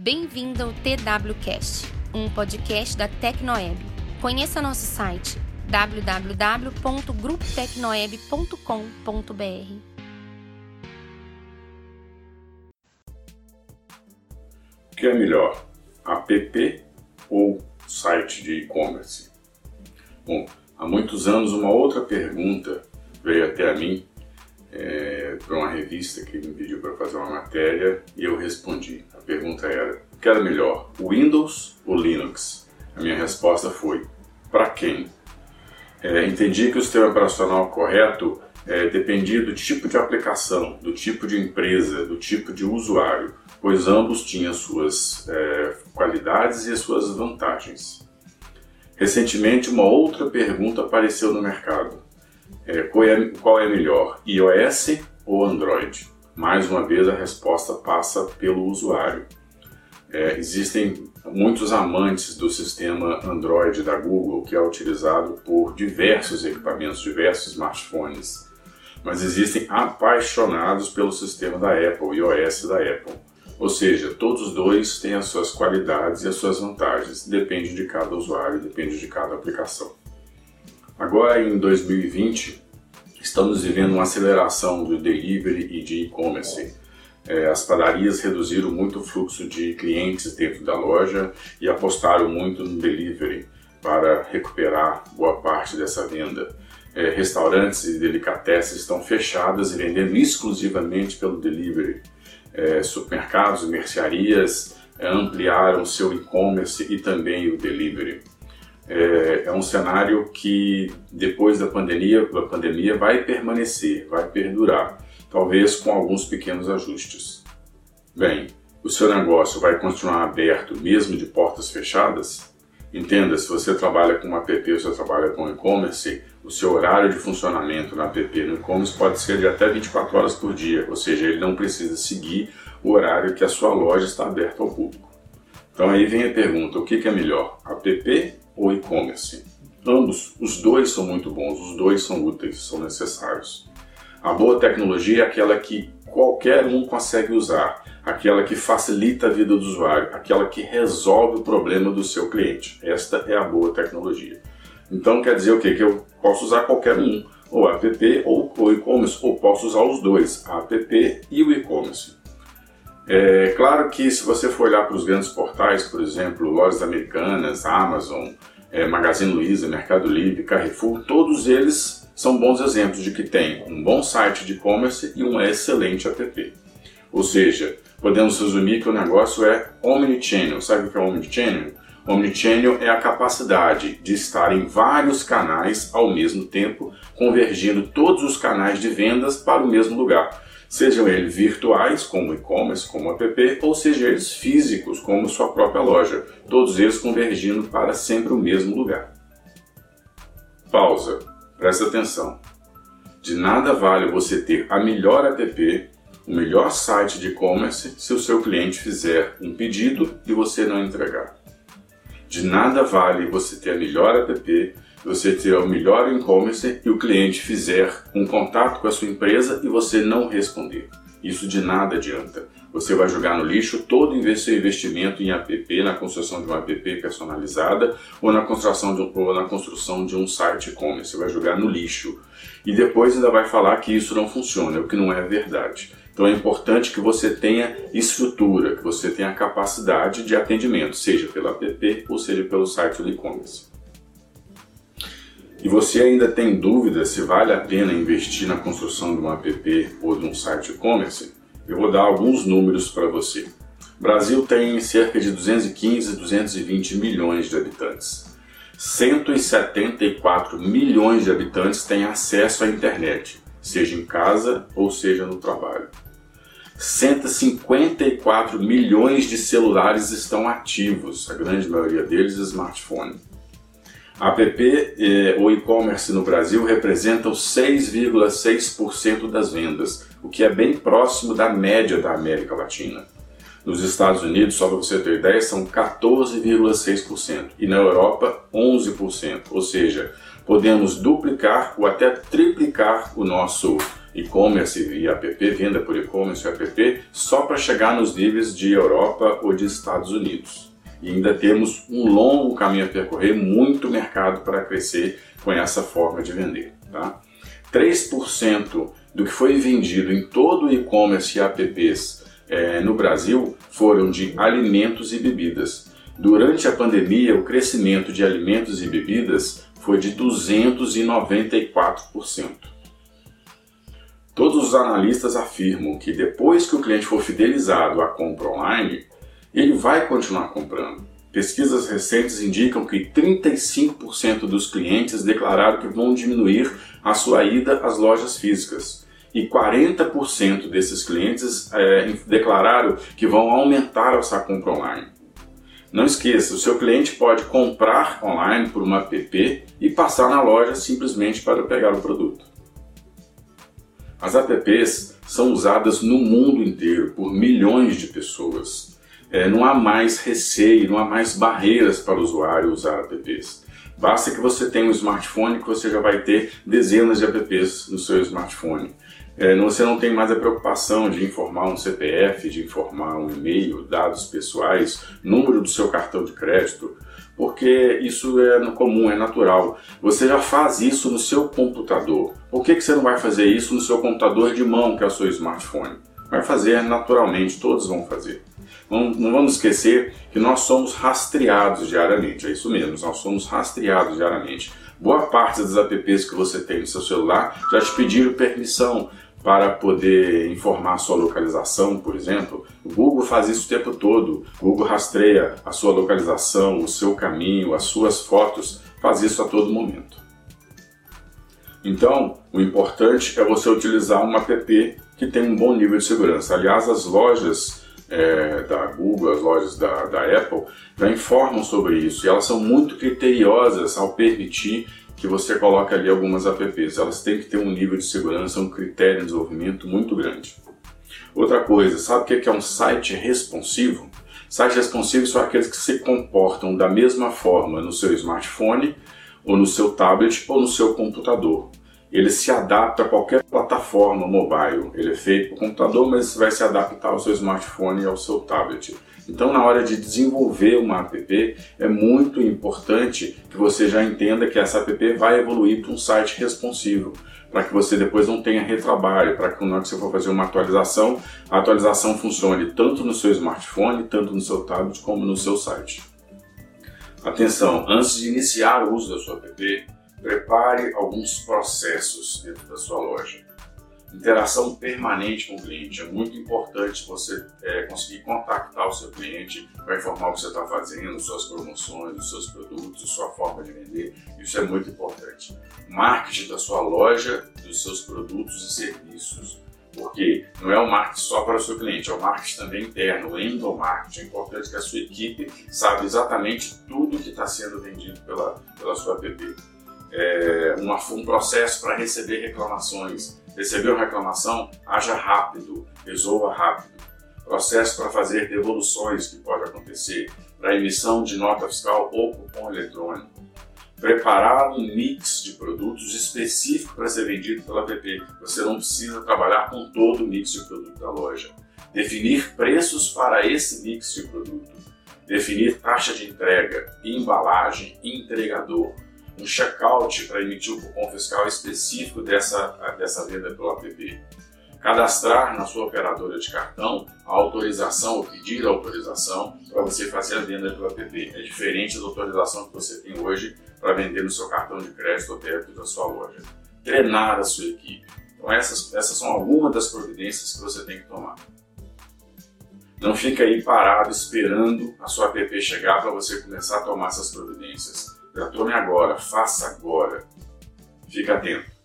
Bem-vindo ao TWCast, um podcast da Tecnoeb. Conheça nosso site www.grupotecnoeb.com.br. O que é melhor, app ou site de e-commerce? Bom, há muitos anos uma outra pergunta veio até a mim para uma revista que me pediu para fazer uma matéria e eu respondi. A pergunta era: o que era melhor, Windows ou Linux? A minha resposta foi: para quem? Entendi que o sistema operacional correto dependia do tipo de aplicação, do tipo de empresa, do tipo de usuário, pois ambos tinham suas qualidades e as suas vantagens. Recentemente, uma outra pergunta apareceu no mercado. Qual é melhor, iOS ou Android? Mais uma vez, a resposta passa pelo usuário. Existem muitos amantes do sistema Android da Google, que é utilizado por diversos equipamentos, diversos smartphones. Mas existem apaixonados pelo sistema da Apple, iOS da Apple. Ou seja, todos os dois têm as suas qualidades e as suas vantagens. Depende de cada usuário, depende de cada aplicação. Agora, em 2020, estamos vivendo uma aceleração do delivery e de e-commerce. As padarias reduziram muito o fluxo de clientes dentro da loja e apostaram muito no delivery para recuperar boa parte dessa venda. Restaurantes e delicatessen estão fechadas e vendendo exclusivamente pelo delivery. Supermercados e mercearias ampliaram seu e-commerce e também o delivery. É um cenário que depois da pandemia vai permanecer, vai perdurar, talvez com alguns pequenos ajustes. Bem, o seu negócio vai continuar aberto mesmo de portas fechadas? Entenda, se você trabalha com uma app ou você trabalha com e-commerce, o seu horário de funcionamento na app no e-commerce pode ser de até 24 horas por dia, ou seja, ele não precisa seguir o horário que a sua loja está aberta ao público. Então aí vem a pergunta, o que é melhor, app ou e-commerce? Ambos, os dois são muito bons, os dois são úteis, são necessários. A boa tecnologia é aquela que qualquer um consegue usar, aquela que facilita a vida do usuário, aquela que resolve o problema do seu cliente. Esta é a boa tecnologia. Então quer dizer o quê? Que eu posso usar qualquer um, ou app ou e-commerce, ou posso usar os dois, a app e o e-commerce. É claro que se você for olhar para os grandes portais, por exemplo, Lojas Americanas, Amazon, Magazine Luiza, Mercado Livre, Carrefour, todos eles são bons exemplos de que tem um bom site de e-commerce e uma excelente app. Ou seja, podemos resumir que o negócio é omnichannel. Sabe o que é omnichannel? Omnichannel é a capacidade de estar em vários canais ao mesmo tempo, convergindo todos os canais de vendas para o mesmo lugar. Sejam eles virtuais, como e-commerce, como app, ou sejam eles físicos, como sua própria loja. Todos eles convergindo para sempre o mesmo lugar. Pausa. Presta atenção. De nada vale você ter a melhor app, o melhor site de e-commerce, se o seu cliente fizer um pedido e você não entregar. De nada vale você ter a melhor app, você ter o melhor e-commerce e o cliente fizer um contato com a sua empresa e você não responder. Isso de nada adianta. Você vai jogar no lixo todo o seu investimento em app, na construção de uma app personalizada ou na construção de um site e-commerce. Você vai jogar no lixo. E depois ainda vai falar que isso não funciona, o que não é verdade. Então é importante que você tenha estrutura, que você tenha capacidade de atendimento, seja pela app ou seja pelo site do e-commerce. E você ainda tem dúvida se vale a pena investir na construção de uma app ou de um site e-commerce? Eu vou dar alguns números para você. O Brasil tem cerca de 215 a 220 milhões de habitantes. 174 milhões de habitantes têm acesso à internet, seja em casa ou seja no trabalho. 154 milhões de celulares estão ativos, a grande maioria deles é smartphone. A app ou e-commerce no Brasil representam 6,6% das vendas, o que é bem próximo da média da América Latina. Nos Estados Unidos, só para você ter ideia, são 14,6% e na Europa 11%, ou seja, podemos duplicar ou até triplicar o nosso e-commerce e app, venda por e-commerce e app, só para chegar nos níveis de Europa ou de Estados Unidos. E ainda temos um longo caminho a percorrer, muito mercado para crescer com essa forma de vender. Tá? 3% do que foi vendido em todo o e-commerce e apps no Brasil foram de alimentos e bebidas. Durante a pandemia, o crescimento de alimentos e bebidas foi de 294%. Todos os analistas afirmam que depois que o cliente for fidelizado à compra online, ele vai continuar comprando. Pesquisas recentes indicam que 35% dos clientes declararam que vão diminuir a sua ida às lojas físicas. E 40% desses clientes declararam que vão aumentar essa compra online. Não esqueça, o seu cliente pode comprar online por uma app e passar na loja simplesmente para pegar o produto. As apps são usadas no mundo inteiro por milhões de pessoas. Não há mais receio, não há mais barreiras para o usuário usar apps. Basta que você tenha um smartphone que você já vai ter dezenas de apps no seu smartphone. Você não tem mais a preocupação de informar um CPF, de informar um e-mail, dados pessoais, número do seu cartão de crédito, porque isso é comum, é natural. Você já faz isso no seu computador. Por que você não vai fazer isso no seu computador de mão, que é o seu smartphone? Vai fazer naturalmente, todos vão fazer. Não vamos esquecer que nós somos rastreados diariamente, é isso mesmo, nós somos rastreados diariamente. Boa parte das apps que você tem no seu celular já te pediram permissão para poder informar a sua localização, por exemplo. O Google faz isso o tempo todo. O Google rastreia a sua localização, o seu caminho, as suas fotos, faz isso a todo momento. Então, o importante é você utilizar uma app que tem um bom nível de segurança. Aliás, as lojas da Google, as lojas da Apple, já informam sobre isso e elas são muito criteriosas ao permitir que você coloque ali algumas apps. Elas têm que ter um nível de segurança, um critério de desenvolvimento muito grande. Outra coisa, sabe o que é um site responsivo? Sites responsivos são aqueles que se comportam da mesma forma no seu smartphone, ou no seu tablet, ou no seu computador. Ele se adapta a qualquer plataforma mobile. Ele é feito para o computador, mas vai se adaptar ao seu smartphone e ao seu tablet. Então, na hora de desenvolver uma app, é muito importante que você já entenda que essa app vai evoluir para um site responsivo, para que você depois não tenha retrabalho, para que na hora que você for fazer uma atualização, a atualização funcione tanto no seu smartphone, tanto no seu tablet, como no seu site. Atenção, antes de iniciar o uso da sua app, prepare alguns processos dentro da sua loja. Interação permanente com o cliente. É muito importante você conseguir contactar o seu cliente para informar o que você está fazendo, suas promoções, os seus produtos, sua forma de vender. Isso é muito importante. Marketing da sua loja, dos seus produtos e serviços. Porque não é um marketing só para o seu cliente, é um marketing também interno, o endomarketing. É importante que a sua equipe saiba exatamente tudo que está sendo vendido pela sua app. Um processo para receber reclamações. Recebeu uma reclamação? Haja rápido, resolva rápido. Processo para fazer devoluções, que pode acontecer, para emissão de nota fiscal ou cupom eletrônico. Preparar um mix de produtos específico para ser vendido pela app. Você não precisa trabalhar com todo o mix de produto da loja. Definir preços para esse mix de produto. Definir taxa de entrega, embalagem, entregador. Um checkout para emitir o cupom fiscal específico dessa venda pelo app. Cadastrar na sua operadora de cartão a autorização, ou pedir a autorização para você fazer a venda pelo app. É diferente da autorização que você tem hoje para vender no seu cartão de crédito ou débito da sua loja. Treinar a sua equipe. Então essas são algumas das providências que você tem que tomar. Não fique aí parado esperando a sua app chegar para você começar a tomar essas providências. Já tome agora, faça agora. Fique atento.